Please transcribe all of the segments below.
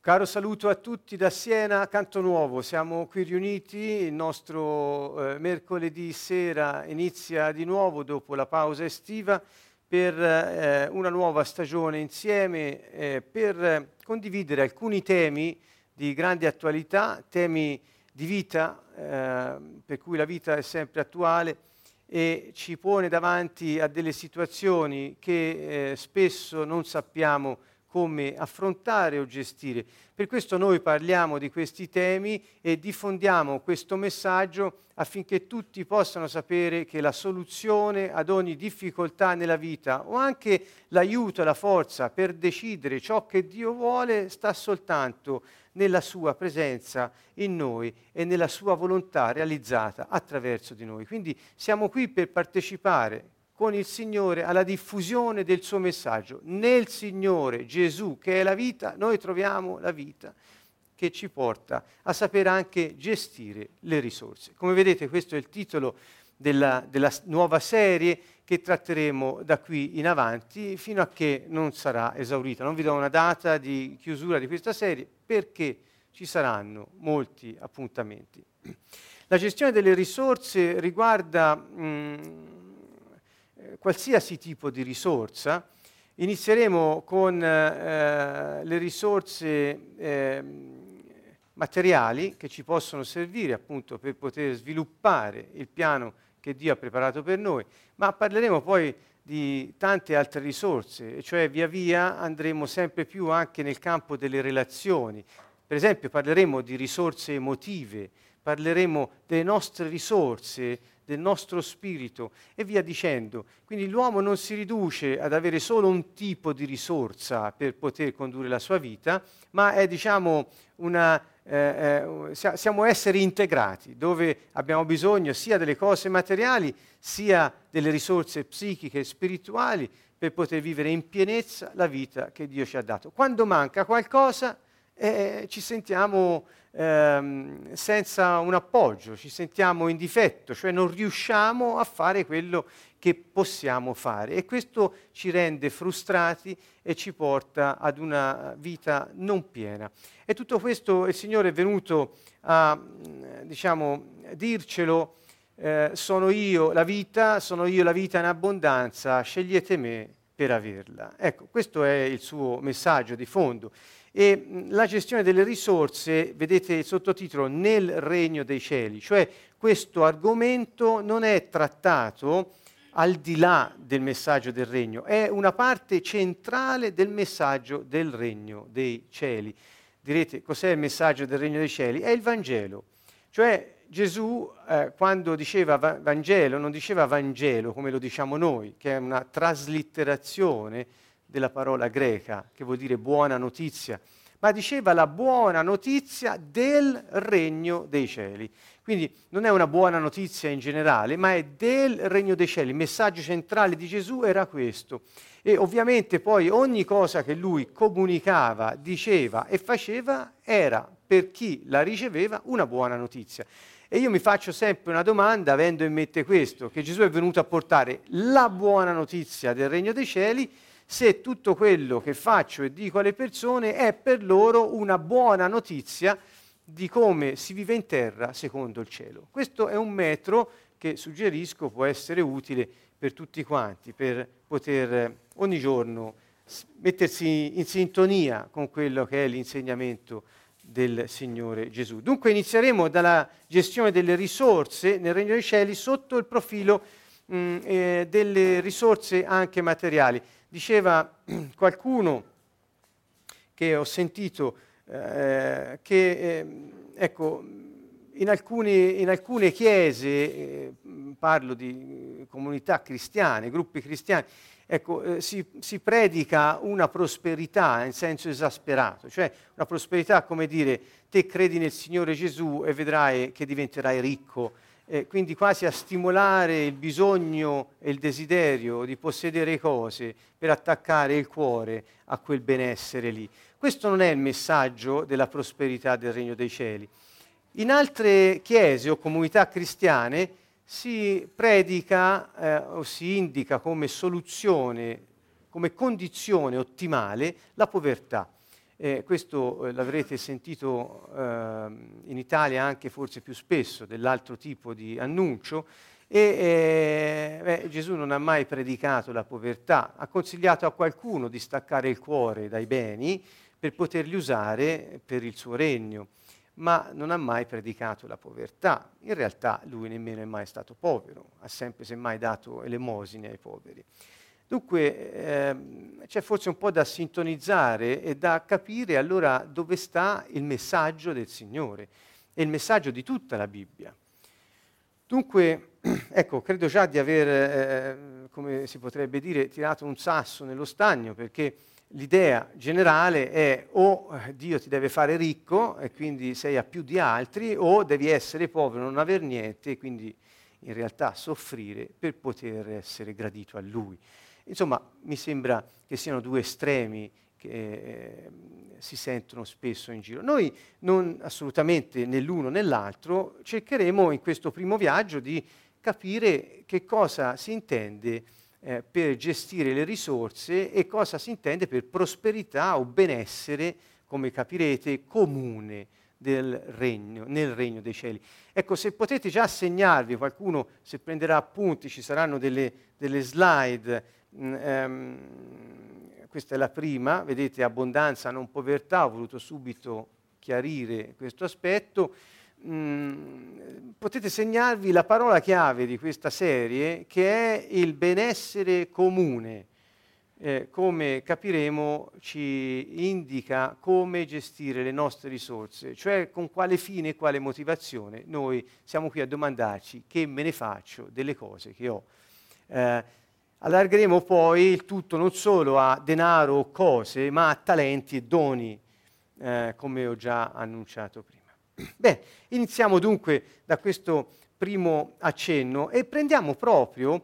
Caro saluto a tutti da Siena, Canto Nuovo. Siamo qui riuniti, il nostro mercoledì sera inizia di nuovo dopo la pausa estiva per una nuova stagione insieme, per condividere alcuni temi di grande attualità, temi di vita, per cui la vita è sempre attuale e ci pone davanti a delle situazioni che spesso non sappiamo come affrontare o gestire. Per questo noi parliamo di questi temi e diffondiamo questo messaggio affinché tutti possano sapere che la soluzione ad ogni difficoltà nella vita o anche l'aiuto e la forza per decidere ciò che Dio vuole sta soltanto nella sua presenza in noi e nella sua volontà realizzata attraverso di noi. Quindi siamo qui per partecipare con il Signore alla diffusione del suo messaggio. Nel Signore Gesù, che è la vita, noi troviamo la vita che ci porta a sapere anche gestire le risorse. Come vedete, questo è il titolo della nuova serie che tratteremo da qui in avanti fino a che non sarà esaurita. Non vi do una data di chiusura di questa serie perché ci saranno molti appuntamenti. La gestione delle risorse riguarda qualsiasi tipo di risorsa. Inizieremo con le risorse materiali che ci possono servire appunto per poter sviluppare il piano che Dio ha preparato per noi, ma parleremo poi di tante altre risorse, cioè via via andremo sempre più anche nel campo delle relazioni. Per esempio parleremo di risorse emotive, parleremo delle nostre risorse, del nostro spirito e via dicendo. Quindi l'uomo non si riduce ad avere solo un tipo di risorsa per poter condurre la sua vita, ma è siamo esseri integrati, dove abbiamo bisogno sia delle cose materiali, sia delle risorse psichiche e spirituali per poter vivere in pienezza la vita che Dio ci ha dato. Quando manca qualcosa, ci sentiamo senza un appoggio, ci sentiamo in difetto, cioè non riusciamo a fare quello che possiamo fare e questo ci rende frustrati e ci porta ad una vita non piena. E tutto questo il Signore è venuto a dircelo, sono io la vita in abbondanza, scegliete me per averla. Ecco, questo è il suo messaggio di fondo. E la gestione delle risorse, vedete il sottotitolo, nel regno dei cieli, cioè questo argomento non è trattato al di là del messaggio del regno, è una parte centrale del messaggio del regno dei cieli. Direte, cos'è il messaggio del regno dei cieli? È il Vangelo, cioè Gesù quando diceva Vangelo non diceva Vangelo come lo diciamo noi, che è una traslitterazione della parola greca, che vuol dire buona notizia, ma diceva la buona notizia del regno dei cieli. Quindi non è una buona notizia in generale, ma è del regno dei cieli. Il messaggio centrale di Gesù era questo. E ovviamente poi ogni cosa che lui comunicava, diceva e faceva era per chi la riceveva una buona notizia. E io mi faccio sempre una domanda, avendo in mente questo, che Gesù è venuto a portare la buona notizia del regno dei cieli, se tutto quello che faccio e dico alle persone è per loro una buona notizia di come si vive in terra secondo il cielo. Questo è un metro che suggerisco può essere utile per tutti quanti, per poter ogni giorno mettersi in sintonia con quello che è l'insegnamento del Signore Gesù. Dunque inizieremo dalla gestione delle risorse nel Regno dei Cieli sotto il profilo delle risorse anche materiali. Diceva qualcuno che ho sentito che ecco, in alcune chiese, parlo di comunità cristiane, gruppi cristiani, ecco, si predica una prosperità in senso esasperato, cioè una prosperità come dire te credi nel Signore Gesù e vedrai che diventerai ricco. Quindi quasi a stimolare il bisogno e il desiderio di possedere cose per attaccare il cuore a quel benessere lì. Questo non è il messaggio della prosperità del Regno dei Cieli. In altre chiese o comunità cristiane si predica o si indica come soluzione, come condizione ottimale la povertà. Questo l'avrete sentito in Italia anche forse più spesso dell'altro tipo di annuncio. Gesù non ha mai predicato la povertà, ha consigliato a qualcuno di staccare il cuore dai beni per poterli usare per il suo regno, ma non ha mai predicato la povertà. In realtà lui nemmeno è mai stato povero, ha sempre semmai dato elemosine ai poveri. Dunque c'è forse un po' da sintonizzare e da capire allora dove sta il messaggio del Signore e il messaggio di tutta la Bibbia. Dunque, ecco, credo già di aver, come si potrebbe dire, tirato un sasso nello stagno, perché l'idea generale è o Dio ti deve fare ricco e quindi sei a più di altri, o devi essere povero, non aver niente e quindi in realtà soffrire per poter essere gradito a Lui. Insomma, mi sembra che siano due estremi che si sentono spesso in giro. Noi non assolutamente né l'uno né l'altro cercheremo in questo primo viaggio di capire che cosa si intende per gestire le risorse e cosa si intende per prosperità o benessere, come capirete, comune nel regno dei cieli. Ecco, se potete già segnarvi, qualcuno se prenderà appunti, ci saranno delle slide. Questa è la prima, vedete, abbondanza, non povertà, ho voluto subito chiarire questo aspetto. Potete segnarvi la parola chiave di questa serie, che è il benessere comune. Come capiremo ci indica come gestire le nostre risorse, cioè con quale fine e quale motivazione noi siamo qui a domandarci che me ne faccio delle cose che ho. Allargheremo poi il tutto non solo a denaro o cose, ma a talenti e doni, come ho già annunciato prima. Bene, iniziamo dunque da questo primo accenno e prendiamo proprio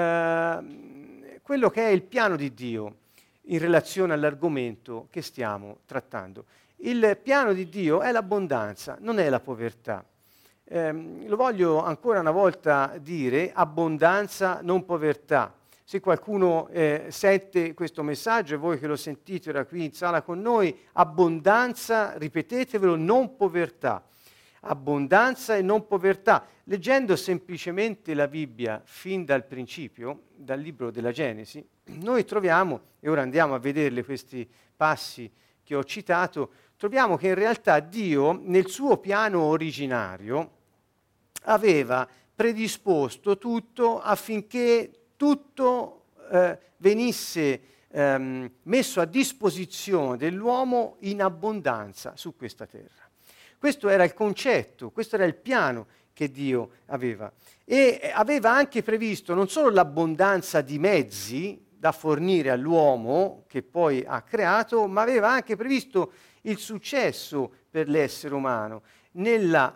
quello che è il piano di Dio in relazione all'argomento che stiamo trattando. Il piano di Dio è l'abbondanza, non è la povertà. Lo voglio ancora una volta dire, abbondanza, non povertà. Se qualcuno sente questo messaggio e voi che lo sentite ora qui in sala con noi, abbondanza, ripetetevelo, non povertà. Abbondanza e non povertà. Leggendo semplicemente la Bibbia fin dal principio, dal libro della Genesi, noi troviamo, e ora andiamo a vederle questi passi che ho citato, troviamo che in realtà Dio nel suo piano originario aveva predisposto tutto affinché tutto venisse messo a disposizione dell'uomo in abbondanza su questa terra. Questo era il concetto, questo era il piano che Dio aveva. E aveva anche previsto non solo l'abbondanza di mezzi da fornire all'uomo che poi ha creato, ma aveva anche previsto il successo per l'essere umano nella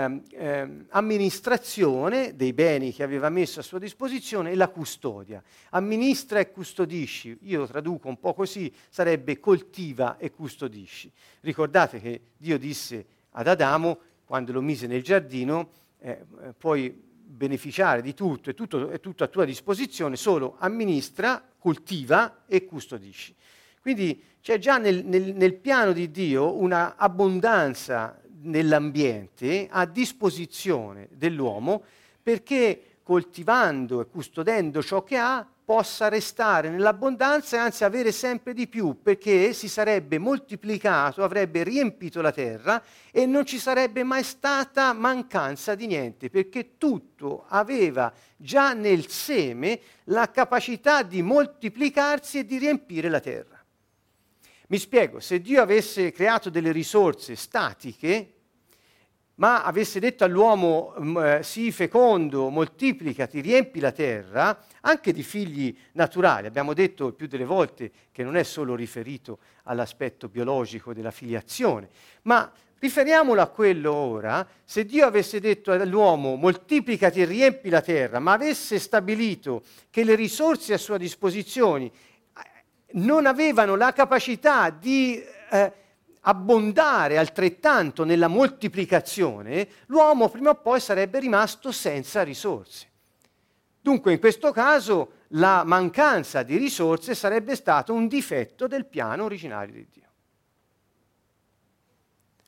amministrazione dei beni che aveva messo a sua disposizione e la custodia. Amministra e custodisci, io lo traduco un po' così, sarebbe coltiva e custodisci. Ricordate che Dio disse ad Adamo, quando lo mise nel giardino, puoi beneficiare di tutto, è tutto a tua disposizione, solo amministra, coltiva e custodisci. Quindi c'è già nel piano di Dio una abbondanza nell'ambiente a disposizione dell'uomo perché coltivando e custodendo ciò che ha possa restare nell'abbondanza e anzi avere sempre di più, perché si sarebbe moltiplicato, avrebbe riempito la terra e non ci sarebbe mai stata mancanza di niente, perché tutto aveva già nel seme la capacità di moltiplicarsi e di riempire la terra. Mi spiego, se Dio avesse creato delle risorse statiche, ma avesse detto all'uomo sii fecondo, moltiplicati, riempi la terra, anche di figli naturali, abbiamo detto il più delle volte che non è solo riferito all'aspetto biologico della filiazione, ma riferiamolo a quello ora, se Dio avesse detto all'uomo moltiplicati e riempi la terra, ma avesse stabilito che le risorse a sua disposizione non avevano la capacità di abbondare altrettanto nella moltiplicazione, l'uomo prima o poi sarebbe rimasto senza risorse. Dunque in questo caso la mancanza di risorse sarebbe stato un difetto del piano originario di Dio.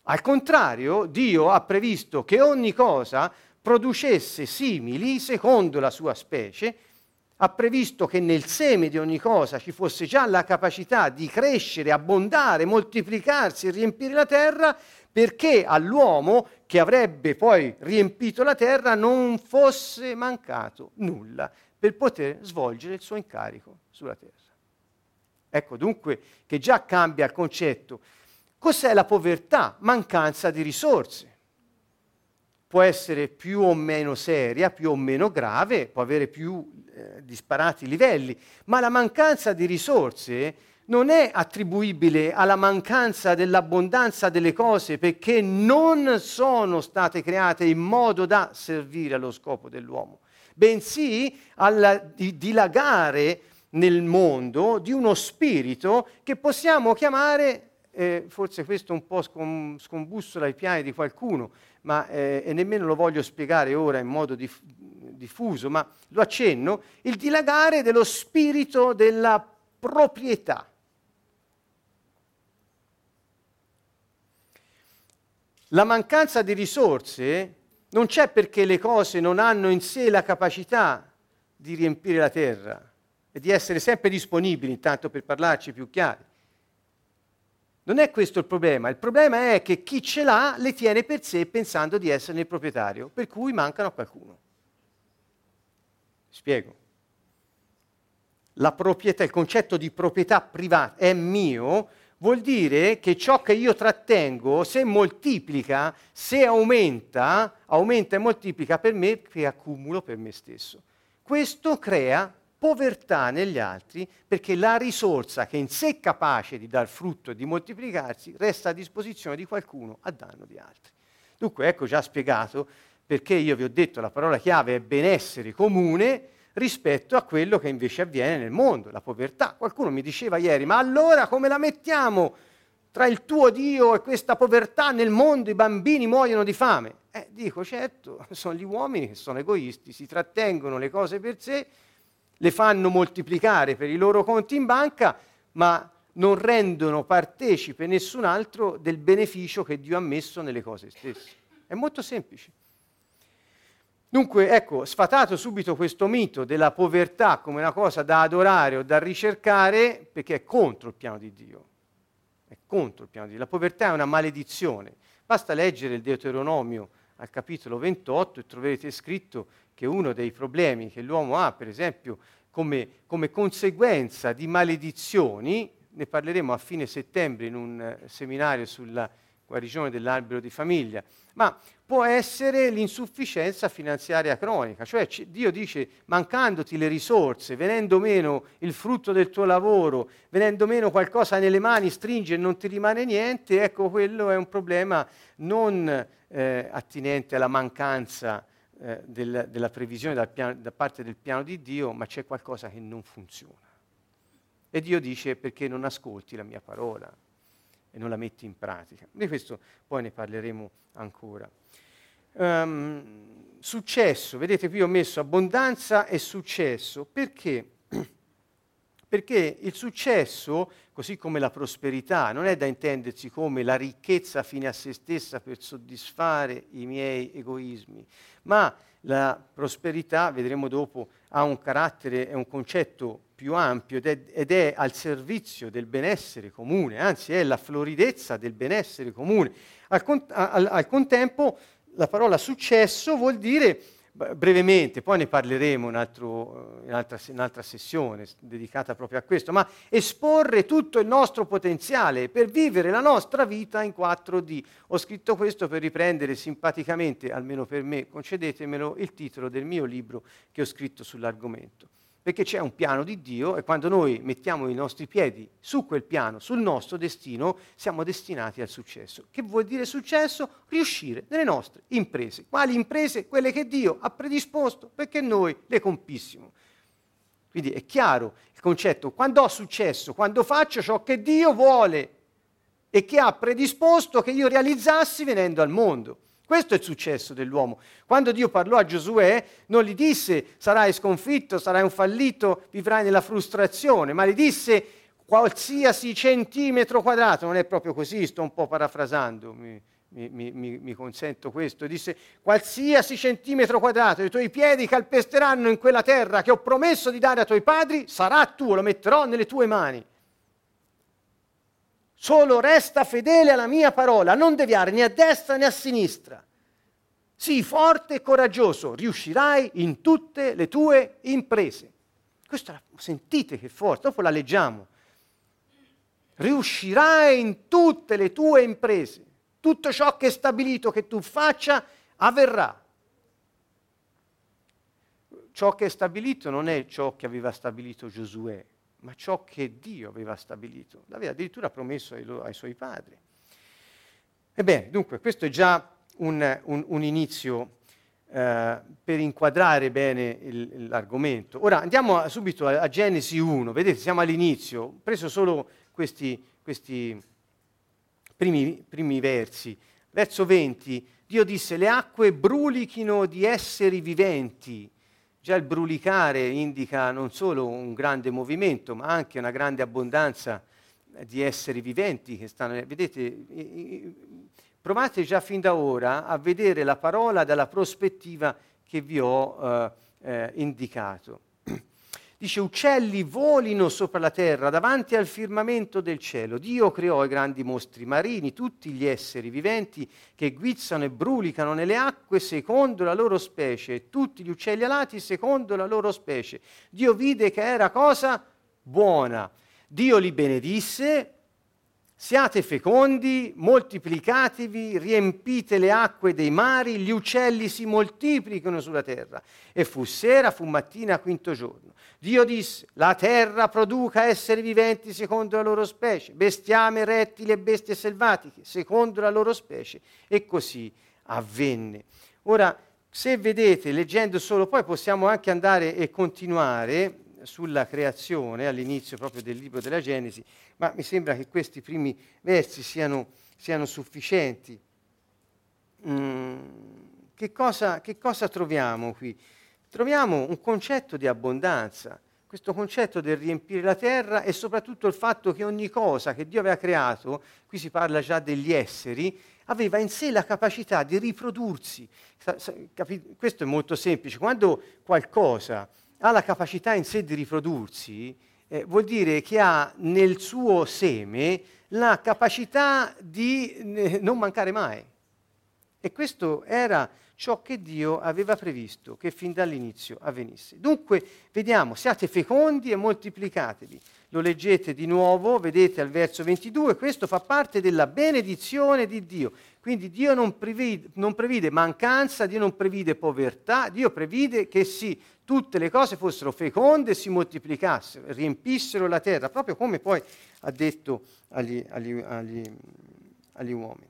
Al contrario, Dio ha previsto che ogni cosa producesse simili secondo la sua specie, ha previsto che nel seme di ogni cosa ci fosse già la capacità di crescere, abbondare, moltiplicarsi e riempire la terra, perché all'uomo che avrebbe poi riempito la terra non fosse mancato nulla per poter svolgere il suo incarico sulla terra. Ecco dunque che già cambia il concetto. Cos'è la povertà? Mancanza di risorse. Può essere più o meno seria, più o meno grave, può avere più disparati livelli, ma la mancanza di risorse non è attribuibile alla mancanza dell'abbondanza delle cose, perché non sono state create in modo da servire allo scopo dell'uomo, bensì al dilagare nel mondo di uno spirito che possiamo chiamare, forse questo un po' scombussola i piani di qualcuno, ma e nemmeno lo voglio spiegare ora in modo diffuso, ma lo accenno, il dilagare dello spirito della proprietà. La mancanza di risorse non c'è perché le cose non hanno in sé la capacità di riempire la terra e di essere sempre disponibili, intanto per parlarci più chiari. Non è questo il problema è che chi ce l'ha le tiene per sé pensando di esserne il proprietario, per cui mancano a qualcuno. Spiego. La proprietà, il concetto di proprietà privata è mio, vuol dire che ciò che io trattengo, se moltiplica, se aumenta e moltiplica per me, che accumulo per me stesso. Questo crea povertà negli altri, perché la risorsa che in sé è capace di dar frutto e di moltiplicarsi resta a disposizione di qualcuno a danno di altri. Dunque ecco già spiegato perché io vi ho detto la parola chiave è benessere comune rispetto a quello che invece avviene nel mondo, la povertà. Qualcuno mi diceva ieri, ma allora come la mettiamo tra il tuo Dio e questa povertà nel mondo? I bambini muoiono di fame. Dico, certo, sono gli uomini che sono egoisti, si trattengono le cose per sé, le fanno moltiplicare per i loro conti in banca, ma non rendono partecipe nessun altro del beneficio che Dio ha messo nelle cose stesse. È molto semplice. Dunque, ecco, sfatato subito questo mito della povertà come una cosa da adorare o da ricercare, perché è contro il piano di Dio. È contro il piano di Dio. La povertà è una maledizione. Basta leggere il Deuteronomio al capitolo 28 e troverete scritto che uno dei problemi che l'uomo ha, per esempio, come conseguenza di maledizioni, ne parleremo a fine settembre in un seminario sulla guarigione dell'albero di famiglia, ma può essere l'insufficienza finanziaria cronica, cioè Dio dice mancandoti le risorse, venendo meno il frutto del tuo lavoro, venendo meno qualcosa nelle mani, stringe e non ti rimane niente, ecco quello è un problema non attinente alla mancanza della previsione da parte del piano di Dio, ma c'è qualcosa che non funziona. E Dio dice perché non ascolti la mia parola e non la metti in pratica. Di questo poi ne parleremo ancora. Successo, vedete qui ho messo abbondanza e successo. Perché? Perché il successo, così come la prosperità, non è da intendersi come la ricchezza fine a se stessa per soddisfare i miei egoismi, ma la prosperità, vedremo dopo, ha un carattere, è un concetto più ampio ed è al servizio del benessere comune, anzi è la floridezza del benessere comune. Al contempo la parola successo vuol dire, brevemente, poi ne parleremo in un'altra sessione dedicata proprio a questo, ma esporre tutto il nostro potenziale per vivere la nostra vita in 4D. Ho scritto questo per riprendere simpaticamente, almeno per me, concedetemelo, il titolo del mio libro che ho scritto sull'argomento. Perché c'è un piano di Dio e quando noi mettiamo i nostri piedi su quel piano, sul nostro destino, siamo destinati al successo. Che vuol dire successo? Riuscire nelle nostre imprese. Quali imprese? Quelle che Dio ha predisposto perché noi le compissimo. Quindi è chiaro il concetto. Quando ho successo? Quando faccio ciò che Dio vuole e che ha predisposto che io realizzassi venendo al mondo. Questo è il successo dell'uomo. Quando Dio parlò a Giosuè, non gli disse sarai sconfitto, sarai un fallito, vivrai nella frustrazione, ma gli disse qualsiasi centimetro quadrato, non è proprio così, sto un po' parafrasando, mi consento questo, disse: qualsiasi centimetro quadrato dei tuoi piedi calpesteranno in quella terra che ho promesso di dare ai tuoi padri, sarà tuo, lo metterò nelle tue mani. Solo resta fedele alla mia parola, non deviare né a destra né a sinistra. Sii forte e coraggioso, riuscirai in tutte le tue imprese. Questa, sentite che forte, dopo la leggiamo. Riuscirai in tutte le tue imprese. Tutto ciò che è stabilito che tu faccia avverrà. Ciò che è stabilito non è ciò che aveva stabilito Giosuè, ma ciò che Dio aveva stabilito. L'aveva addirittura promesso ai suoi padri. Ebbene, dunque, questo è già un inizio per inquadrare bene l'argomento. Ora andiamo subito a Genesi 1, vedete, siamo all'inizio, ho preso solo questi primi versi. Verso 20, Dio disse: le acque brulichino di esseri viventi. Già il brulicare indica non solo un grande movimento, ma anche una grande abbondanza di esseri viventi che stanno. Vedete, provate già fin da ora a vedere la parola dalla prospettiva che vi ho indicato. Dice: uccelli volino sopra la terra davanti al firmamento del cielo. Dio creò i grandi mostri marini, tutti gli esseri viventi che guizzano e brulicano nelle acque secondo la loro specie, e tutti gli uccelli alati secondo la loro specie. Dio vide che era cosa buona. Dio li benedisse: siate fecondi, moltiplicatevi, riempite le acque dei mari, gli uccelli si moltiplicano sulla terra. E fu sera, fu mattina, quinto giorno. Dio disse: la terra produca esseri viventi secondo la loro specie, bestiame, rettili e bestie selvatiche secondo la loro specie. E così avvenne. Ora, se vedete, leggendo solo, poi possiamo anche andare e continuare sulla creazione, all'inizio proprio del libro della Genesi, ma mi sembra che questi primi versi siano sufficienti. Che cosa troviamo qui? Troviamo un concetto di abbondanza, questo concetto del riempire la terra, e soprattutto il fatto che ogni cosa che Dio aveva creato, qui si parla già degli esseri, aveva in sé la capacità di riprodursi. Questo è molto semplice. Quando qualcosa ha la capacità in sé di riprodursi, vuol dire che ha nel suo seme la capacità di non mancare mai. E questo era ciò che Dio aveva previsto che fin dall'inizio avvenisse. Dunque, vediamo, siate fecondi e moltiplicatevi. Lo leggete di nuovo, vedete al verso 22, questo fa parte della benedizione di Dio. Quindi Dio non previde mancanza, Dio non previde povertà, Dio previde che tutte le cose fossero feconde e si moltiplicassero, riempissero la terra, proprio come poi ha detto agli uomini.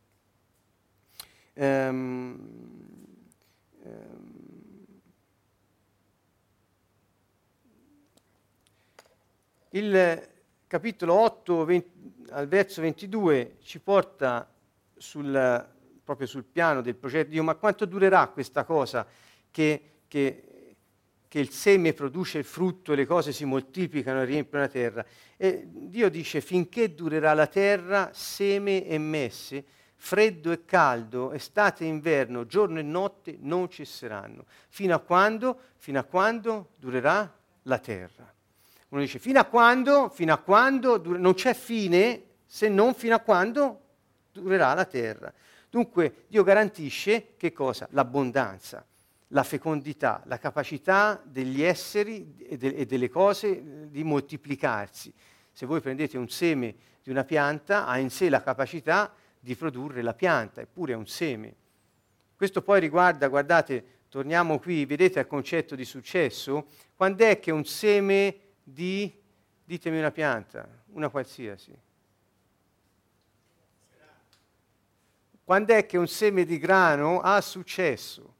Il capitolo 8 al verso 22 ci porta proprio sul piano del progetto di Dio. Ma quanto durerà questa cosa che il seme produce il frutto e le cose si moltiplicano e riempiono la terra? E Dio dice: finché durerà la terra, seme e messe, freddo e caldo, estate e inverno, giorno e notte non cesseranno. Fino a quando? Fino a quando durerà la terra. Uno dice: fino a quando? Fino a quando? Non c'è fine se non fino a quando durerà la terra. Dunque Dio garantisce che cosa? L'abbondanza, la fecondità, la capacità degli esseri e delle cose di moltiplicarsi. Se voi prendete un seme di una pianta, ha in sé la capacità di produrre la pianta, eppure è un seme. Questo poi riguarda, guardate, torniamo qui, vedete al concetto di successo? Quando è che un seme ditemi una pianta, una qualsiasi. Quando è che un seme di grano ha successo?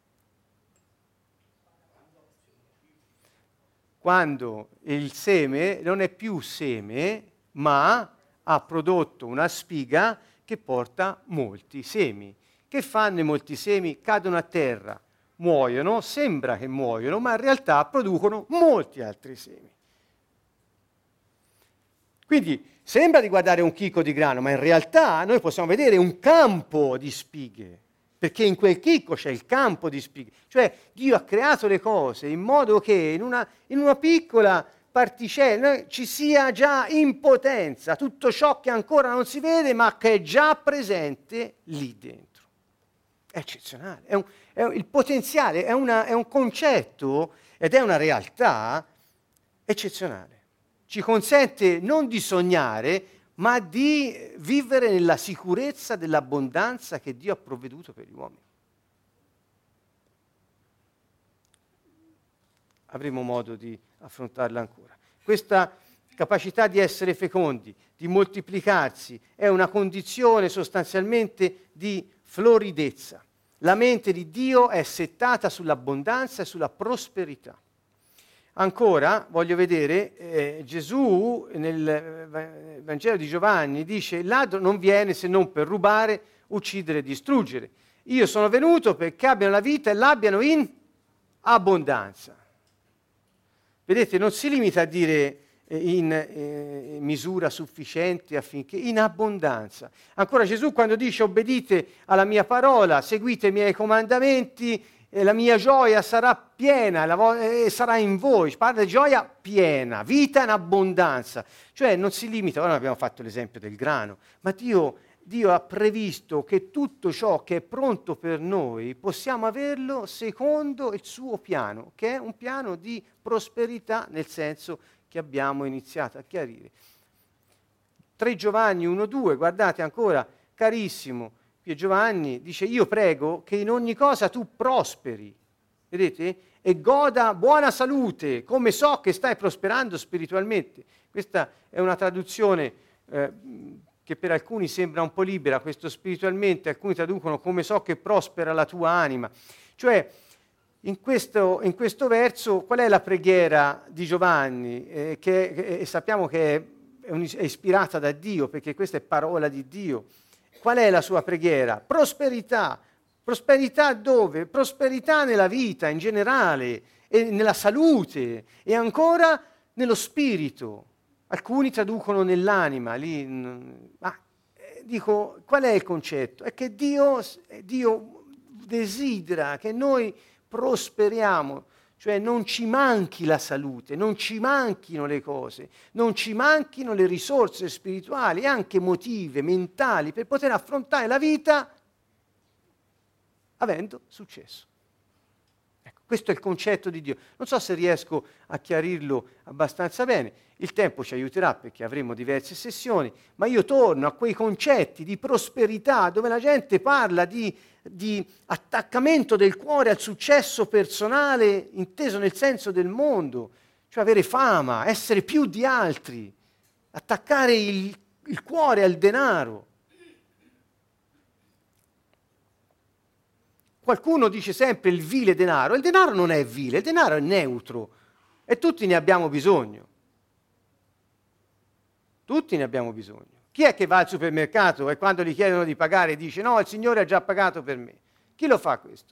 Quando il seme non è più seme, ma ha prodotto una spiga che porta molti semi. Che fanno i molti semi? Cadono a terra, muoiono, sembra che muoiono, ma in realtà producono molti altri semi. Quindi Sembra di guardare un chicco di grano, ma in realtà noi possiamo vedere un campo di spighe, perché in quel chicco c'è il campo di spighe. Cioè Dio ha creato le cose in modo che in una piccola particella ci sia già in potenza tutto ciò che ancora non si vede, ma che è già presente lì dentro. È eccezionale, il potenziale, è un concetto ed è una realtà eccezionale. Ci consente non di sognare, ma di vivere nella sicurezza dell'abbondanza che Dio ha provveduto per gli uomini. Avremo modo di affrontarla ancora. Questa capacità di essere fecondi, di moltiplicarsi, è una condizione sostanzialmente di floridezza. La mente di Dio è settata sull'abbondanza e sulla prosperità. Ancora, voglio vedere, Gesù nel Vangelo di Giovanni dice: il ladro non viene se non per rubare, uccidere e distruggere. Io sono venuto perché abbiano la vita e l'abbiano in abbondanza. Vedete, non si limita a dire in misura sufficiente affinché, in abbondanza. Ancora Gesù quando dice: obbedite alla mia parola, seguite i miei comandamenti, la mia gioia sarà piena, sarà in voi. Parla di gioia piena, vita in abbondanza. Cioè non si limita, ora abbiamo fatto l'esempio del grano, ma Dio ha previsto che tutto ciò che è pronto per noi possiamo averlo secondo il suo piano, che è un piano di prosperità nel senso che abbiamo iniziato a chiarire. 3 Giovanni 1,2, guardate ancora, carissimo, qui Giovanni dice: io prego che in ogni cosa tu prosperi, vedete? E goda buona salute, come so che stai prosperando spiritualmente. Questa è una traduzione che per alcuni sembra un po' libera, questo spiritualmente, alcuni traducono come so che prospera la tua anima. Cioè, in questo verso, qual è la preghiera di Giovanni? Che sappiamo che è ispirata da Dio, perché questa è parola di Dio. Qual è la sua preghiera? Prosperità. Prosperità dove? Prosperità nella vita in generale, e nella salute, e ancora nello spirito. Alcuni traducono nell'anima, dico, qual è il concetto? È che Dio desidera che noi prosperiamo, cioè non ci manchi la salute, non ci manchino le cose, non ci manchino le risorse spirituali, anche emotive, mentali, per poter affrontare la vita avendo successo. Ecco, questo è il concetto di Dio. Non so se riesco a chiarirlo abbastanza bene. Il tempo ci aiuterà perché avremo diverse sessioni, ma io torno a quei concetti di prosperità dove la gente parla di attaccamento del cuore al successo personale inteso nel senso del mondo, cioè avere fama, essere più di altri, attaccare il cuore al denaro. Qualcuno dice sempre il vile denaro. Il denaro non è vile, il denaro è neutro e tutti ne abbiamo bisogno. Tutti ne abbiamo bisogno. Chi è che va al supermercato e quando gli chiedono di pagare dice no, il Signore ha già pagato per me? Chi lo fa questo?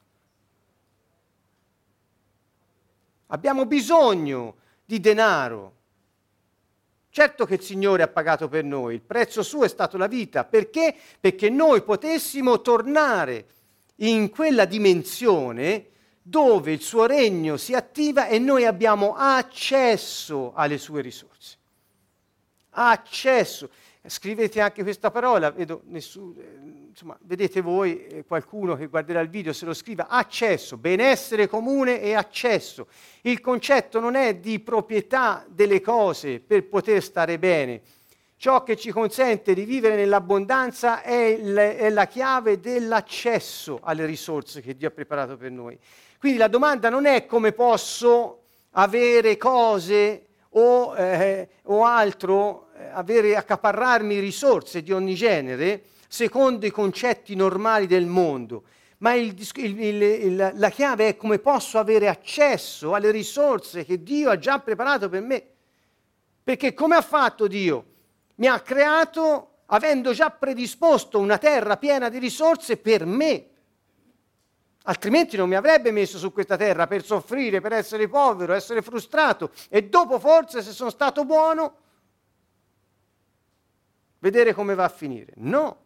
Abbiamo bisogno di denaro. Certo che il Signore ha pagato per noi, il prezzo suo è stato la vita. Perché? Perché noi potessimo tornare in quella dimensione dove il suo regno si attiva e noi abbiamo accesso alle sue risorse. Accesso. Scrivete anche questa parola, vedo insomma, vedete voi, qualcuno che guarderà il video se lo scriva, accesso, benessere comune e accesso. Il concetto non è di proprietà delle cose per poter stare bene. Ciò che ci consente di vivere nell'abbondanza è la chiave dell'accesso alle risorse che Dio ha preparato per noi. Quindi la domanda non è come posso avere cose o altro, accaparrarmi risorse di ogni genere secondo i concetti normali del mondo, ma la chiave è come posso avere accesso alle risorse che Dio ha già preparato per me. Perché come ha fatto Dio? Mi ha creato avendo già predisposto una terra piena di risorse per me. Altrimenti non mi avrebbe messo su questa terra per soffrire, per essere povero, essere frustrato e dopo forse se sono stato buono vedere come va a finire. No.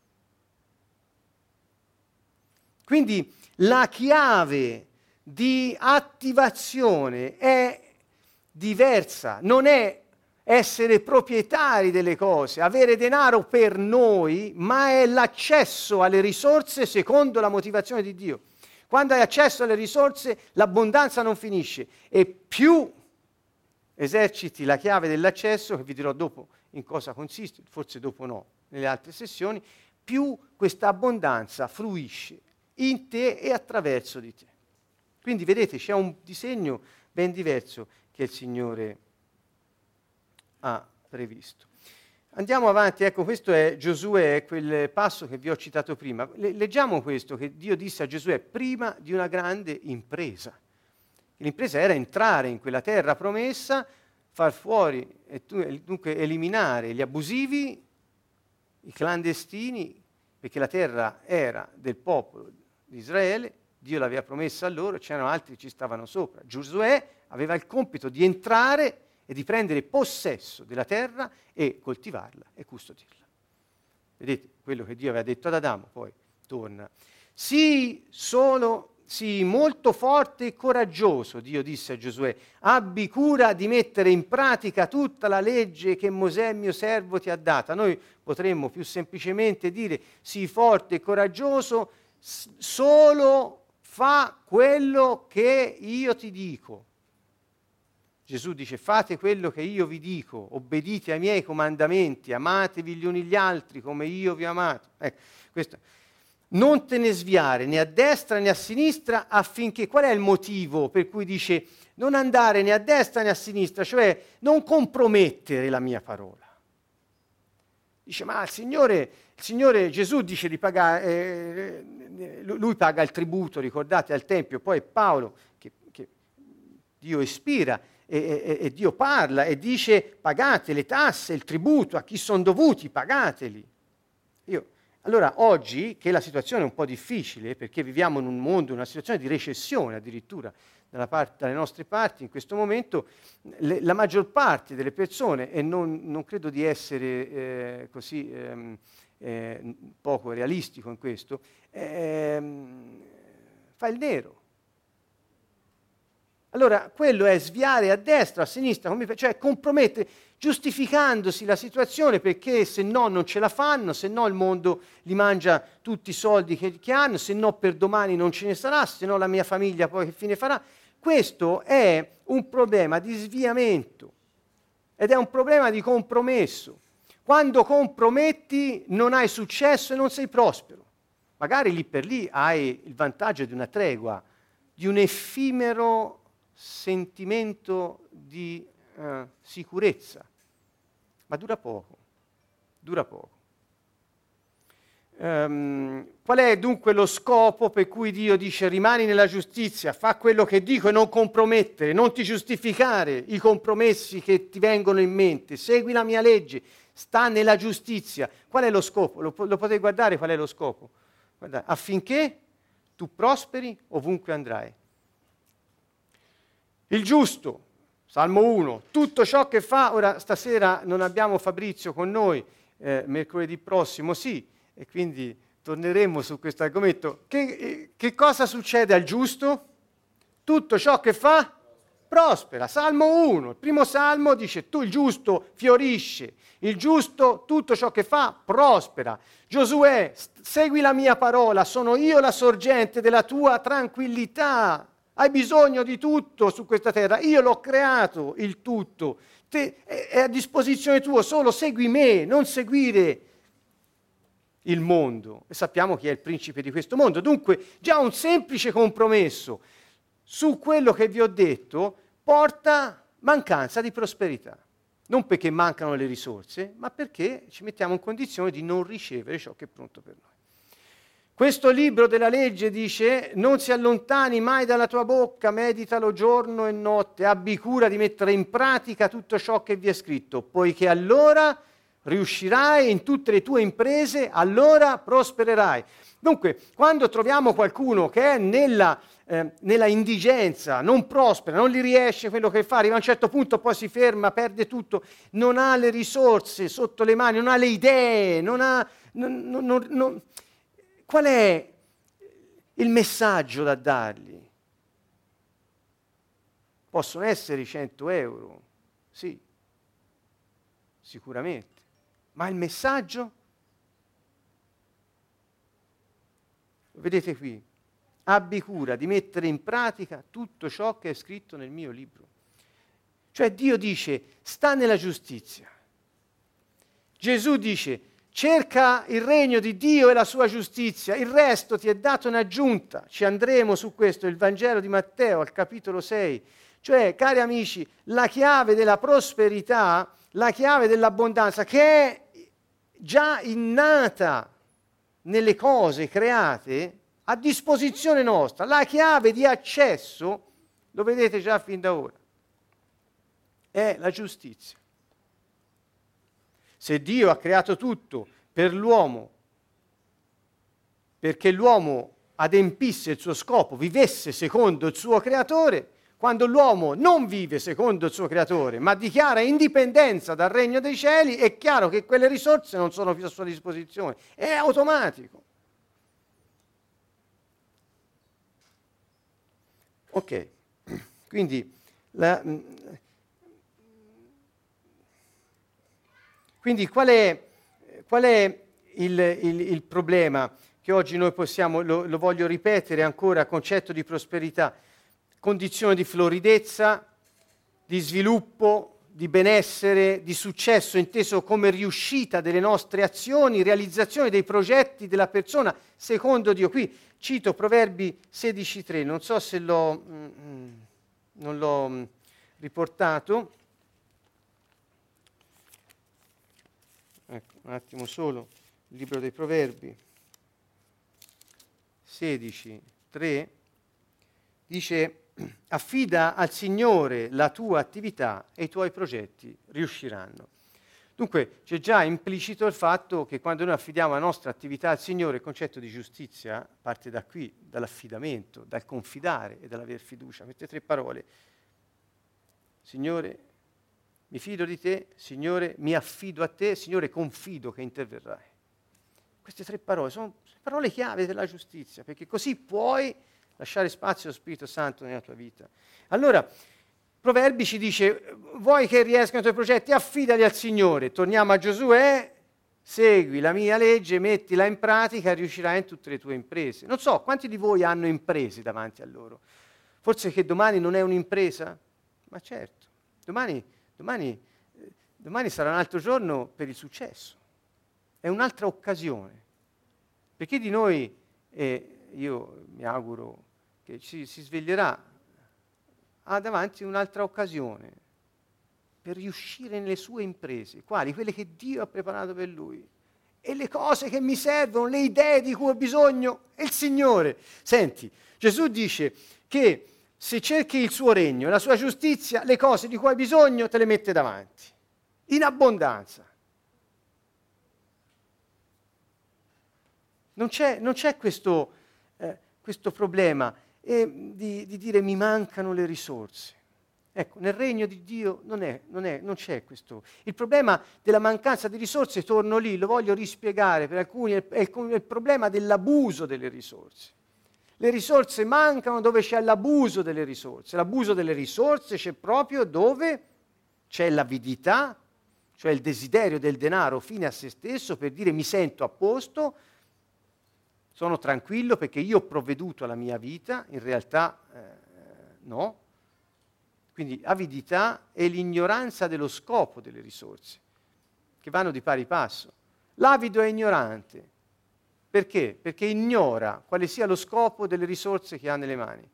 Quindi la chiave di attivazione è diversa, non è essere proprietari delle cose, avere denaro per noi, ma è l'accesso alle risorse secondo la motivazione di Dio. Quando hai accesso alle risorse, l'abbondanza non finisce e più eserciti la chiave dell'accesso, che vi dirò dopo in cosa consiste, forse dopo no, nelle altre sessioni, più questa abbondanza fruisce in te e attraverso di te. Quindi vedete, c'è un disegno ben diverso che il Signore ha previsto. Andiamo avanti, ecco, questo è Giosuè, quel passo che vi ho citato prima. Leggiamo questo che Dio disse a Giosuè prima di una grande impresa. L'impresa era entrare in quella terra promessa, far fuori e dunque eliminare gli abusivi, i clandestini, perché la terra era del popolo di Israele, Dio l'aveva promessa a loro, c'erano altri che ci stavano sopra. Giosuè aveva il compito di entrare e di prendere possesso della terra e coltivarla e custodirla. Vedete, quello che Dio aveva detto ad Adamo poi torna. Sii molto forte e coraggioso, Dio disse a Giosuè, abbi cura di mettere in pratica tutta la legge che Mosè mio servo ti ha data. Noi potremmo più semplicemente dire sii forte e coraggioso, solo fa quello che io ti dico. Gesù dice fate quello che io vi dico, obbedite ai miei comandamenti, amatevi gli uni gli altri come io vi ho amato. Ecco, questo. Non te ne sviare né a destra né a sinistra affinché, qual è il motivo per cui dice non andare né a destra né a sinistra, cioè non compromettere la mia parola. Dice ma il Signore Gesù dice di pagare, lui paga il tributo, ricordate, al Tempio, poi Paolo che Dio ispira e Dio parla e dice pagate le tasse, il tributo, a chi sono dovuti, pagateli. Allora oggi, che la situazione è un po' difficile, perché viviamo in un mondo, in una situazione di recessione addirittura dalle nostre parti, in questo momento la maggior parte delle persone, e non credo di essere così poco realistico in questo, fa il nero. Allora, quello è sviare a destra, a sinistra, cioè compromettere, giustificandosi la situazione perché se no non ce la fanno, se no il mondo li mangia tutti i soldi che hanno, se no per domani non ce ne sarà, se no la mia famiglia poi che fine farà. Questo è un problema di sviamento ed è un problema di compromesso. Quando comprometti non hai successo e non sei prospero. Magari lì per lì hai il vantaggio di una tregua, di un effimero sentimento di sicurezza, ma dura poco. Qual è dunque lo scopo per cui Dio dice rimani nella giustizia, fa quello che dico e non compromettere, non ti giustificare i compromessi che ti vengono in mente, segui la mia legge, sta nella giustizia. Qual è lo scopo? Lo potete guardare qual è lo scopo? Guardate, affinché tu prosperi ovunque andrai. Il giusto, Salmo 1, tutto ciò che fa, ora stasera non abbiamo Fabrizio con noi, mercoledì prossimo sì, e quindi torneremo su questo argomento. Che cosa succede al giusto? Tutto ciò che fa prospera. Salmo 1, il primo salmo dice tu il giusto fiorisce, il giusto tutto ciò che fa prospera. Giosuè, segui la mia parola, sono io la sorgente della tua tranquillità. Hai bisogno di tutto su questa terra, io l'ho creato il tutto, è a disposizione tua, solo segui me, non seguire il mondo. E sappiamo chi è il principe di questo mondo. Dunque già un semplice compromesso su quello che vi ho detto porta mancanza di prosperità. Non perché mancano le risorse, ma perché ci mettiamo in condizione di non ricevere ciò che è pronto per noi. Questo libro della legge dice non si allontani mai dalla tua bocca, meditalo giorno e notte, abbi cura di mettere in pratica tutto ciò che vi è scritto, poiché allora riuscirai in tutte le tue imprese, allora prospererai. Dunque, quando troviamo qualcuno che è nella indigenza, non prospera, non gli riesce quello che fa, arriva a un certo punto, poi si ferma, perde tutto, non ha le risorse sotto le mani, non ha le idee, non ha... Qual è il messaggio da dargli? Possono essere i 100 euro, sì, sicuramente, ma il messaggio? Lo vedete qui, abbi cura di mettere in pratica tutto ciò che è scritto nel mio libro. Cioè Dio dice, sta nella giustizia. Gesù dice, cerca il regno di Dio e la sua giustizia, il resto ti è dato in aggiunta. Ci andremo su questo, il Vangelo di Matteo, al capitolo 6. Cioè, cari amici, la chiave della prosperità, la chiave dell'abbondanza, che è già innata nelle cose create, a disposizione nostra, la chiave di accesso, lo vedete già fin da ora, è la giustizia. Se Dio ha creato tutto per l'uomo, perché l'uomo adempisse il suo scopo, vivesse secondo il suo creatore, quando l'uomo non vive secondo il suo creatore, ma dichiara indipendenza dal regno dei cieli, è chiaro che quelle risorse non sono più a sua disposizione, è automatico. Ok, quindi qual è il problema che oggi noi possiamo, lo voglio ripetere ancora, concetto di prosperità, condizione di floridezza, di sviluppo, di benessere, di successo inteso come riuscita delle nostre azioni, realizzazione dei progetti della persona secondo Dio. Qui cito Proverbi 16,3, non so se non l'ho riportato. Ecco, un attimo solo, il libro dei Proverbi 16,3 dice: affida al Signore la tua attività e i tuoi progetti riusciranno. Dunque c'è già implicito il fatto che quando noi affidiamo la nostra attività al Signore, il concetto di giustizia parte da qui, dall'affidamento, dal confidare e dall'aver fiducia. Queste tre parole: Signore, mi fido di te, Signore, mi affido a te, Signore, confido che interverrai. Queste tre parole sono parole chiave della giustizia, perché così puoi lasciare spazio allo Spirito Santo nella tua vita. Allora, Proverbi ci dice, vuoi che riescano i tuoi progetti? Affidali al Signore. Torniamo a Giosuè, segui la mia legge, mettila in pratica e riuscirai in tutte le tue imprese. Non so, quanti di voi hanno imprese davanti a loro? Forse che domani non è un'impresa? Ma certo, domani sarà un altro giorno per il successo. È un'altra occasione. Per chi di noi, io mi auguro che si sveglierà, ha davanti un'altra occasione per riuscire nelle sue imprese. Quali? Quelle che Dio ha preparato per lui. E le cose che mi servono, le idee di cui ho bisogno, è il Signore. Senti, Gesù dice che se cerchi il suo regno e la sua giustizia, le cose di cui hai bisogno te le mette davanti, in abbondanza. Non c'è questo problema di dire mi mancano le risorse. Ecco, nel regno di Dio non c'è questo. Il problema della mancanza di risorse, torno lì, lo voglio rispiegare per alcuni, è il problema dell'abuso delle risorse. Le risorse mancano dove c'è l'abuso delle risorse. L'abuso delle risorse c'è proprio dove c'è l'avidità, cioè il desiderio del denaro fine a se stesso per dire mi sento a posto, sono tranquillo perché io ho provveduto alla mia vita, in realtà no. Quindi avidità e l'ignoranza dello scopo delle risorse, che vanno di pari passo. L'avido è ignorante. Perché? Perché ignora quale sia lo scopo delle risorse che ha nelle mani.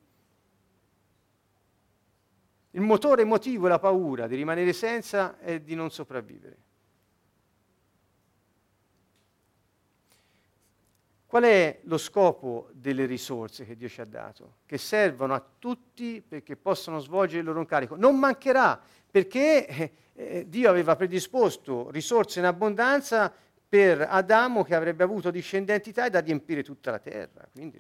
Il motore emotivo e la paura di rimanere senza è di non sopravvivere. Qual è lo scopo delle risorse che Dio ci ha dato? Che servono a tutti perché possano svolgere il loro incarico. Non mancherà, perché Dio aveva predisposto risorse in abbondanza per Adamo, che avrebbe avuto discendenti tali da riempire tutta la terra. Quindi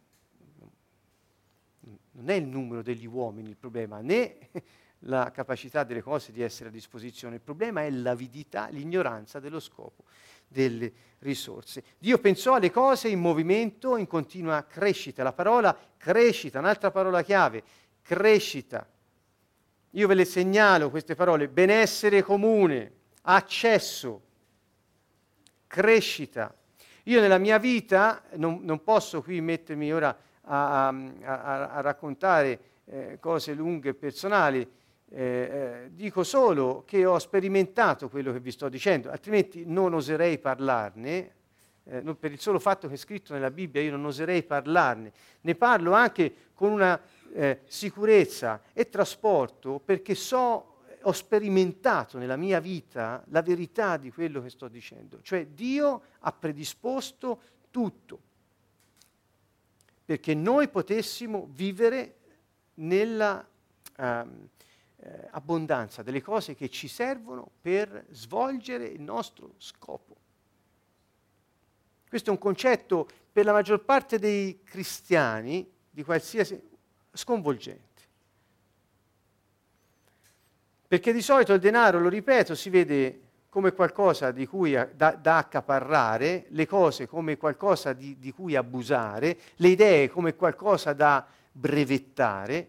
non è il numero degli uomini il problema, né la capacità delle cose di essere a disposizione. Il problema è l'avidità, l'ignoranza dello scopo delle risorse. Dio pensò alle cose in movimento, in continua crescita. La parola crescita, un'altra parola chiave, crescita. Io ve le segnalo queste parole: benessere comune, accesso, crescita. Io nella mia vita non posso qui mettermi ora a raccontare cose lunghe e personali, dico solo che ho sperimentato quello che vi sto dicendo, altrimenti non oserei parlarne, per il solo fatto che è scritto nella Bibbia io non oserei parlarne. Ne parlo anche con una sicurezza e trasporto, perché ho sperimentato nella mia vita la verità di quello che sto dicendo. Cioè Dio ha predisposto tutto perché noi potessimo vivere nella abbondanza delle cose che ci servono per svolgere il nostro scopo. Questo è un concetto per la maggior parte dei cristiani di qualsiasi sconvolgente. Perché di solito il denaro, lo ripeto, si vede come qualcosa di cui da accaparrare, le cose come qualcosa di cui abusare, le idee come qualcosa da brevettare,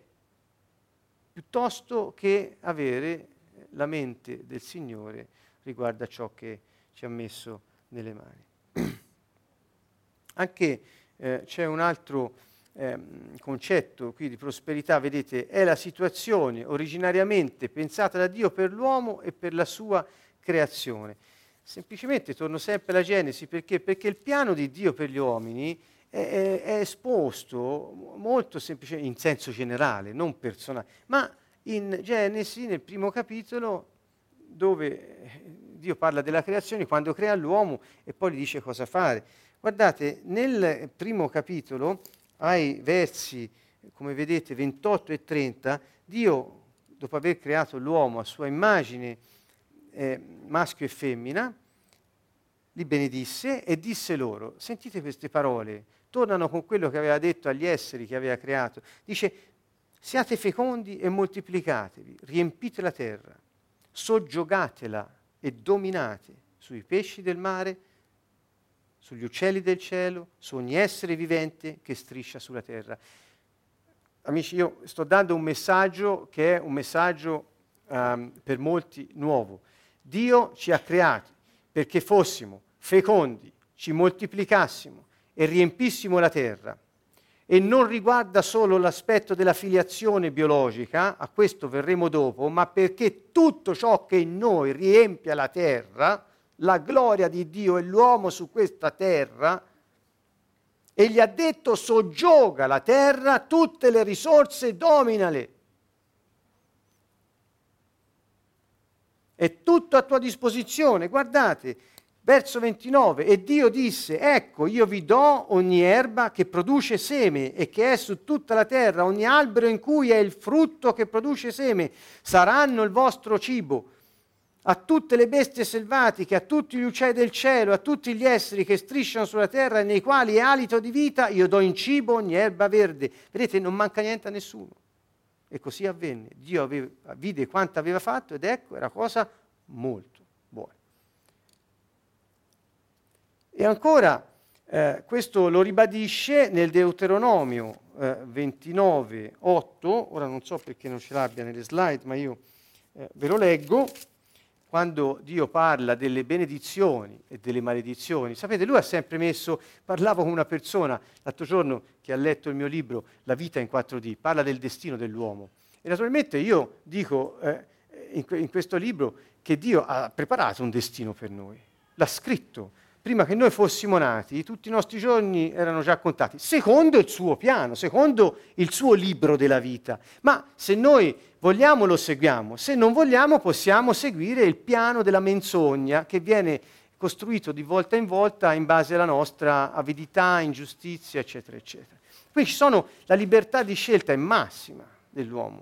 piuttosto che avere la mente del Signore riguardo a ciò che ci ha messo nelle mani. Anche c'è un altro concetto qui di prosperità, vedete, è la situazione originariamente pensata da Dio per l'uomo e per la sua creazione. Semplicemente torno sempre alla Genesi, perché il piano di Dio per gli uomini è esposto molto semplicemente in senso generale, non personale, ma in Genesi, nel primo capitolo, dove Dio parla della creazione, quando crea l'uomo e poi gli dice cosa fare. Guardate, nel primo capitolo, ai versi, come vedete, 28 e 30, Dio, dopo aver creato l'uomo a sua immagine, maschio e femmina, li benedisse e disse loro, sentite queste parole, tornano con quello che aveva detto agli esseri che aveva creato, dice: siate fecondi e moltiplicatevi, riempite la terra, soggiogatela e dominate sui pesci del mare, sugli uccelli del cielo, su ogni essere vivente che striscia sulla terra. Amici, io sto dando un messaggio che è un messaggio per molti nuovo. Dio ci ha creati perché fossimo fecondi, ci moltiplicassimo e riempissimo la terra. E non riguarda solo l'aspetto della filiazione biologica, a questo verremo dopo, ma perché tutto ciò che in noi riempie la terra, la gloria di Dio e l'uomo su questa terra, e gli ha detto: soggioga la terra, tutte le risorse dominale. È tutto a tua disposizione. Guardate, verso 29, e Dio disse: ecco, io vi do ogni erba che produce seme e che è su tutta la terra, ogni albero in cui è il frutto che produce seme, saranno il vostro cibo. A tutte le bestie selvatiche, a tutti gli uccelli del cielo, a tutti gli esseri che strisciano sulla terra e nei quali è alito di vita, io do in cibo ogni erba verde. Vedete, non manca niente a nessuno. E così avvenne. Dio vide quanto aveva fatto ed ecco, era cosa molto buona. E ancora, questo lo ribadisce nel Deuteronomio 29, 8, ora non so perché non ce l'abbia nelle slide, ma io ve lo leggo, quando Dio parla delle benedizioni e delle maledizioni. Sapete, lui ha sempre parlavo con una persona l'altro giorno che ha letto il mio libro La vita in 4D, parla del destino dell'uomo. E naturalmente io dico in questo libro che Dio ha preparato un destino per noi, l'ha scritto. Prima che noi fossimo nati, tutti i nostri giorni erano già contati, secondo il suo piano, secondo il suo libro della vita. Ma se noi vogliamo lo seguiamo, se non vogliamo possiamo seguire il piano della menzogna che viene costruito di volta in volta in base alla nostra avidità, ingiustizia, eccetera, eccetera. Qui la libertà di scelta è massima dell'uomo.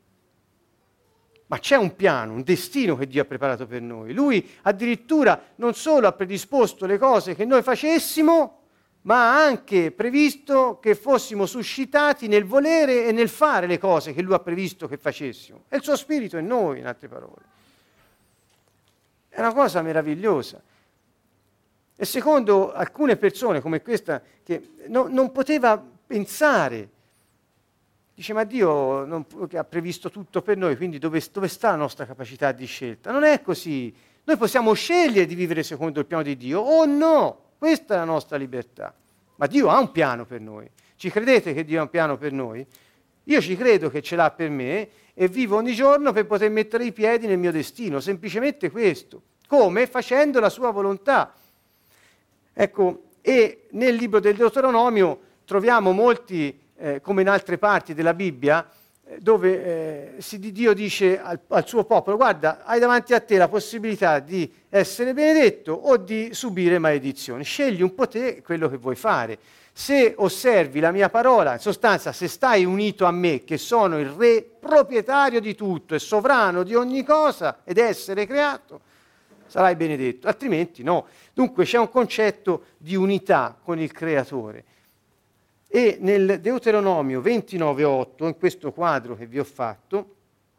Ma c'è un piano, un destino che Dio ha preparato per noi. Lui addirittura non solo ha predisposto le cose che noi facessimo, ma ha anche previsto che fossimo suscitati nel volere e nel fare le cose che Lui ha previsto che facessimo. E il suo spirito è noi, in altre parole. È una cosa meravigliosa. E secondo alcune persone come questa, che non poteva pensare, dice, ma Dio che ha previsto tutto per noi, quindi dove sta la nostra capacità di scelta? Non è così. Noi possiamo scegliere di vivere secondo il piano di Dio o no. Questa è la nostra libertà. Ma Dio ha un piano per noi. Ci credete che Dio ha un piano per noi? Io ci credo che ce l'ha per me e vivo ogni giorno per poter mettere i piedi nel mio destino. Semplicemente questo. Come? Facendo la sua volontà. Ecco, e nel libro del Deuteronomio troviamo molti, come in altre parti della Bibbia, dove Dio dice al suo popolo: guarda, hai davanti a te la possibilità di essere benedetto o di subire maledizioni. Scegli un po' te quello che vuoi fare. Se osservi la mia parola, in sostanza, se stai unito a me, che sono il re proprietario di tutto e sovrano di ogni cosa ed essere creato, sarai benedetto, altrimenti no. Dunque c'è un concetto di unità con il Creatore. E nel Deuteronomio 29,8, in questo quadro che vi ho fatto,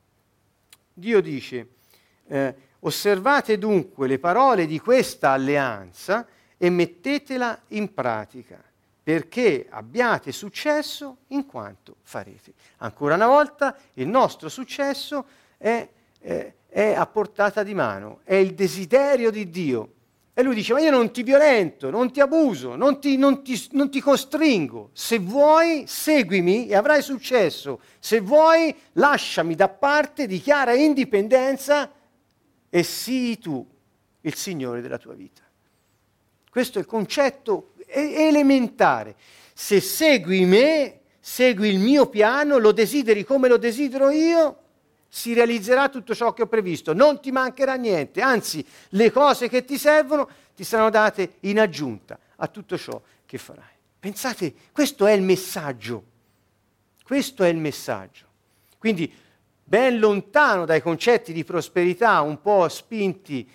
Dio dice: osservate dunque le parole di questa alleanza e mettetela in pratica, perché abbiate successo in quanto farete. Ancora una volta, il nostro successo è a portata di mano, è il desiderio di Dio. E lui dice: ma io non ti violento, non ti abuso, non ti costringo. Se vuoi, seguimi e avrai successo. Se vuoi, lasciami da parte, dichiara indipendenza e sii tu il Signore della tua vita. Questo è il concetto elementare. Se segui me, segui il mio piano, lo desideri come lo desidero io, si realizzerà tutto ciò che ho previsto, non ti mancherà niente, anzi le cose che ti servono ti saranno date in aggiunta a tutto ciò che farai. Pensate, questo è il messaggio, Quindi ben lontano dai concetti di prosperità un po' spinti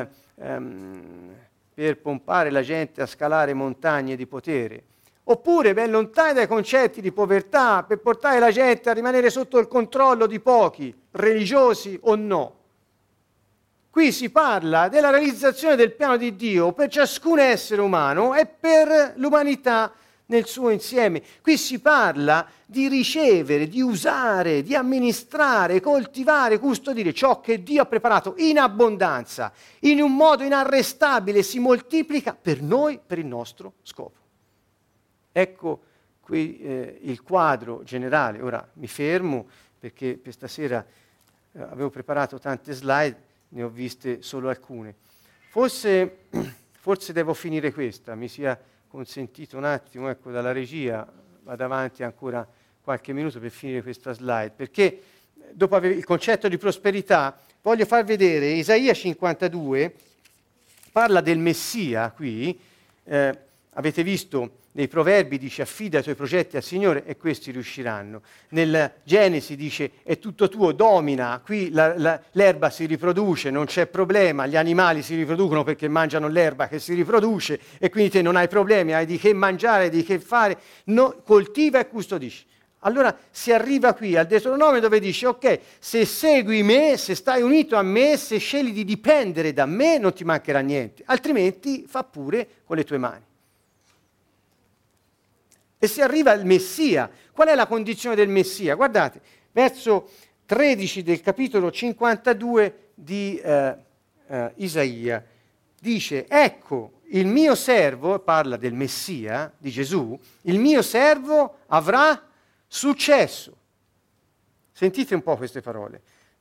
per pompare la gente a scalare montagne di potere, oppure ben lontani dai concetti di povertà per portare la gente a rimanere sotto il controllo di pochi, religiosi o no. Qui si parla della realizzazione del piano di Dio per ciascun essere umano e per l'umanità nel suo insieme. Qui si parla di ricevere, di usare, di amministrare, coltivare, custodire ciò che Dio ha preparato in abbondanza, in un modo inarrestabile, si moltiplica per noi, per il nostro scopo. Ecco qui il quadro generale. Ora mi fermo perché per stasera avevo preparato tante slide, ne ho viste solo alcune. Forse devo finire questa, mi sia consentito un attimo, ecco, dalla regia, vado avanti ancora qualche minuto per finire questa slide, perché dopo il concetto di prosperità voglio far vedere Isaia 52, parla del Messia qui, avete visto nei Proverbi dice affida i tuoi progetti al Signore e questi riusciranno. Nel Genesi dice è tutto tuo, domina, qui l'erba si riproduce, non c'è problema, gli animali si riproducono perché mangiano l'erba che si riproduce e quindi te non hai problemi, hai di che mangiare, di che fare, coltiva e custodisci. Allora si arriva qui al Deuteronomio dove dice ok, se segui me, se stai unito a me, se scegli di dipendere da me non ti mancherà niente, altrimenti fa pure con le tue mani. E si arriva al Messia. Qual è la condizione del Messia? Guardate, verso 13 del capitolo 52 di Isaia, dice, ecco, il mio servo, parla del Messia, di Gesù, il mio servo avrà successo. Sentite un po' queste parole.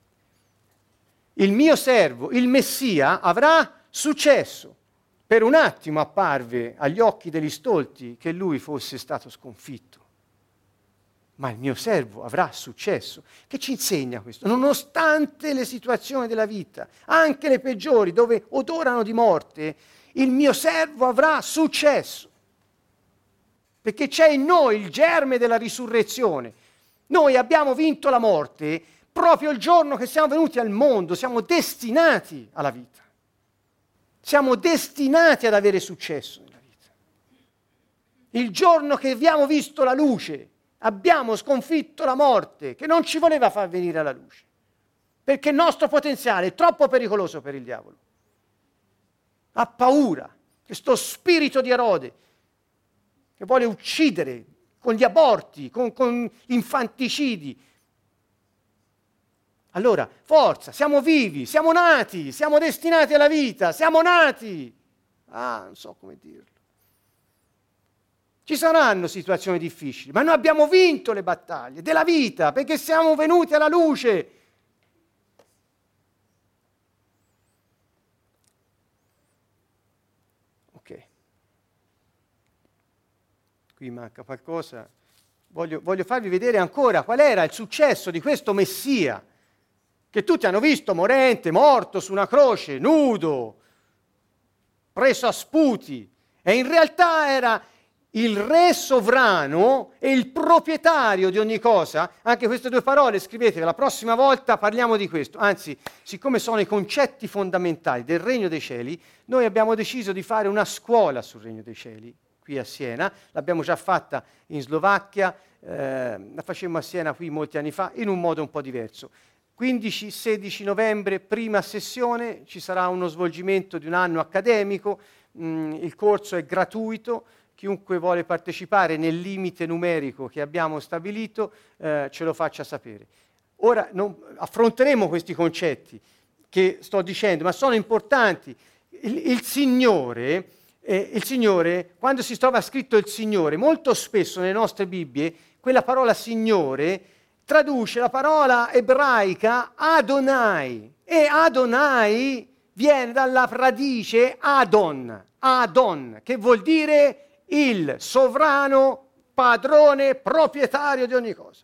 Il mio servo, il Messia, avrà successo. Per un attimo apparve agli occhi degli stolti che lui fosse stato sconfitto. ma il mio servo avrà successo. Che ci insegna questo? Nonostante le situazioni della vita, anche le peggiori, dove odorano di morte, il mio servo avrà successo. Perché c'è in noi il germe della risurrezione. Noi abbiamo vinto la morte proprio il giorno che siamo venuti al mondo, siamo destinati alla vita. Siamo destinati ad avere successo nella vita. Il giorno che abbiamo visto la luce, abbiamo sconfitto la morte, che non ci voleva far venire alla luce, perché il nostro potenziale è troppo pericoloso per il diavolo. Ha paura, questo spirito di Erode, che vuole uccidere con gli aborti, con infanticidi. Allora, forza, siamo vivi, siamo nati, siamo destinati alla vita, siamo nati. Non so come dirlo. Ci saranno situazioni difficili, ma noi abbiamo vinto le battaglie della vita, perché siamo venuti alla luce. Ok. Qui manca qualcosa. Voglio farvi vedere ancora qual era il successo di questo Messia, che tutti hanno visto morente, morto su una croce, nudo, preso a sputi, e in realtà era il re sovrano e il proprietario di ogni cosa. Anche queste due parole scrivetele, la prossima volta parliamo di questo. Anzi, siccome sono i concetti fondamentali del Regno dei Cieli, noi abbiamo deciso di fare una scuola sul Regno dei Cieli, qui a Siena. L'abbiamo già fatta in Slovacchia, la facemmo a Siena qui molti anni fa, in un modo un po' diverso. 15-16 novembre, prima sessione, ci sarà uno svolgimento di un anno accademico, il corso è gratuito, chiunque vuole partecipare nel limite numerico che abbiamo stabilito ce lo faccia sapere. Ora affronteremo questi concetti che sto dicendo, ma sono importanti. Il Signore, quando si trova scritto il Signore, molto spesso nelle nostre Bibbie, quella parola Signore traduce la parola ebraica Adonai, e Adonai viene dalla radice Adon, che vuol dire il sovrano, padrone, proprietario di ogni cosa.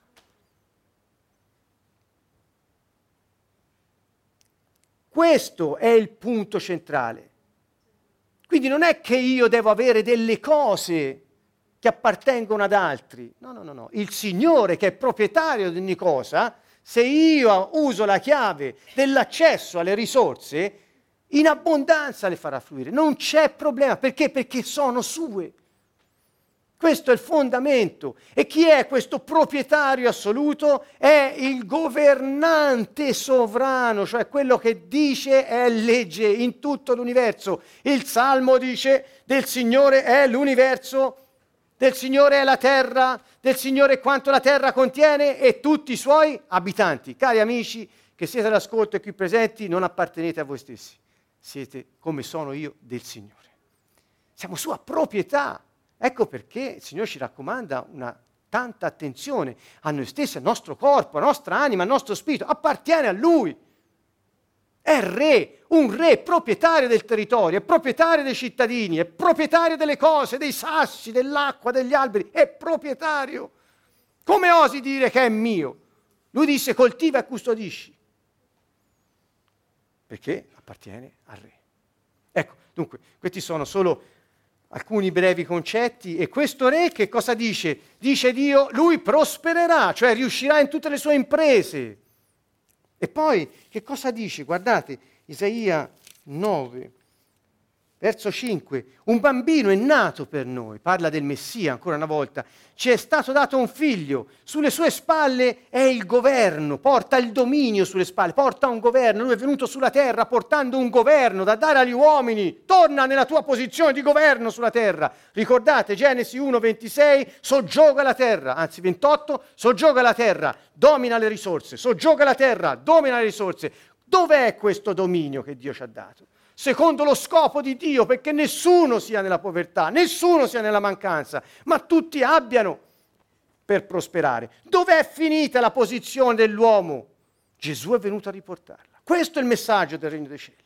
Questo è il punto centrale. Quindi non è che io devo avere delle cose che appartengono ad altri. No. Il Signore, che è proprietario di ogni cosa, se io uso la chiave dell'accesso alle risorse, in abbondanza le farà fluire. Non c'è problema. Perché? Perché sono sue. Questo è il fondamento. E chi è questo proprietario assoluto? È il governante sovrano, cioè quello che dice è legge in tutto l'universo. Il Salmo dice: del Signore è l'universo, del Signore è la terra, del Signore è quanto la terra contiene e tutti i suoi abitanti. Cari amici che siete all'ascolto e qui presenti, non appartenete a voi stessi, siete, come sono io, del Signore. Siamo sua proprietà. Ecco perché il Signore ci raccomanda una tanta attenzione a noi stessi, al nostro corpo, alla nostra anima, al nostro spirito. Appartiene a Lui. È re, un re proprietario del territorio, è proprietario dei cittadini, è proprietario delle cose, dei sassi, dell'acqua, degli alberi, è proprietario. Come osi dire che è mio? Lui disse: coltiva e custodisci. Perché appartiene al re. Ecco, dunque, questi sono solo alcuni brevi concetti. E questo re che cosa dice? Dice Dio, lui prospererà, cioè riuscirà in tutte le sue imprese. E poi che cosa dice? Guardate, Isaia 9, verso 5. Un bambino è nato per noi, parla del Messia ancora una volta. Ci è stato dato un figlio, sulle sue spalle è il governo, porta il dominio sulle spalle, porta un governo. Lui è venuto sulla terra portando un governo da dare agli uomini. Torna nella tua posizione di governo sulla terra. Ricordate Genesi 1, 26, soggioga la terra, anzi 28, soggioga la terra, domina le risorse, soggioga la terra, domina le risorse. Dov'è questo dominio che Dio ci ha dato? Secondo lo scopo di Dio, perché nessuno sia nella povertà, nessuno sia nella mancanza, ma tutti abbiano per prosperare. Dov'è finita la posizione dell'uomo? Gesù è venuto a riportarla. Questo è il messaggio del Regno dei Cieli.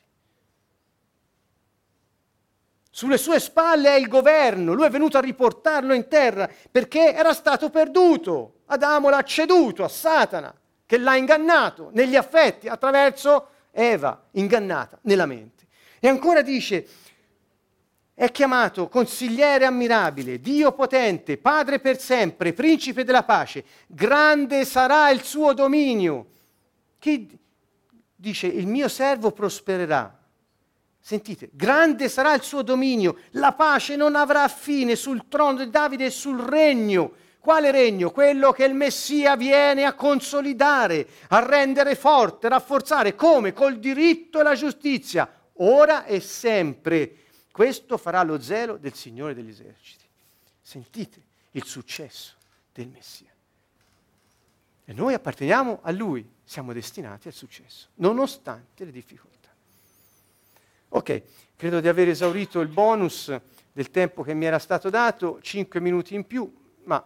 Sulle sue spalle è il governo, lui è venuto a riportarlo in terra perché era stato perduto. Adamo l'ha ceduto a Satana, che l'ha ingannato negli affetti attraverso Eva, ingannata nella mente. E ancora dice, è chiamato consigliere ammirabile, Dio potente, Padre per sempre, principe della pace, grande sarà il suo dominio. Chi dice, il mio servo prospererà? Sentite, grande sarà il suo dominio, la pace non avrà fine sul trono di Davide e sul regno. Quale regno? Quello che il Messia viene a consolidare, a rendere forte, rafforzare. Come? Col diritto e la giustizia, ora e sempre. Questo farà lo zelo del Signore degli eserciti. Sentite il successo del Messia. E noi apparteniamo a Lui, siamo destinati al successo, nonostante le difficoltà. Ok, credo di aver esaurito il bonus del tempo che mi era stato dato, 5 minuti in più, ma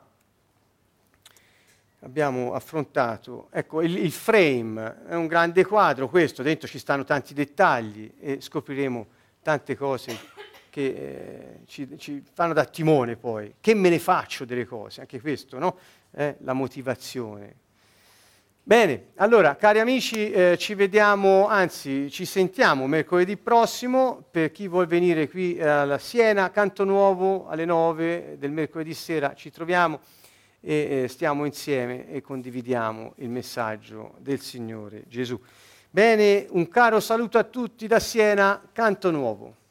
abbiamo affrontato, ecco, il frame è un grande quadro questo, dentro ci stanno tanti dettagli e scopriremo tante cose che ci fanno da timone poi. Che me ne faccio delle cose? Anche questo, no? La motivazione. Bene, allora, cari amici, ci vediamo, anzi, ci sentiamo mercoledì prossimo. Per chi vuol venire qui alla Siena, Canto Nuovo alle 9 del mercoledì sera ci troviamo e stiamo insieme e condividiamo il messaggio del Signore Gesù. Bene, un caro saluto a tutti da Siena, Canto Nuovo.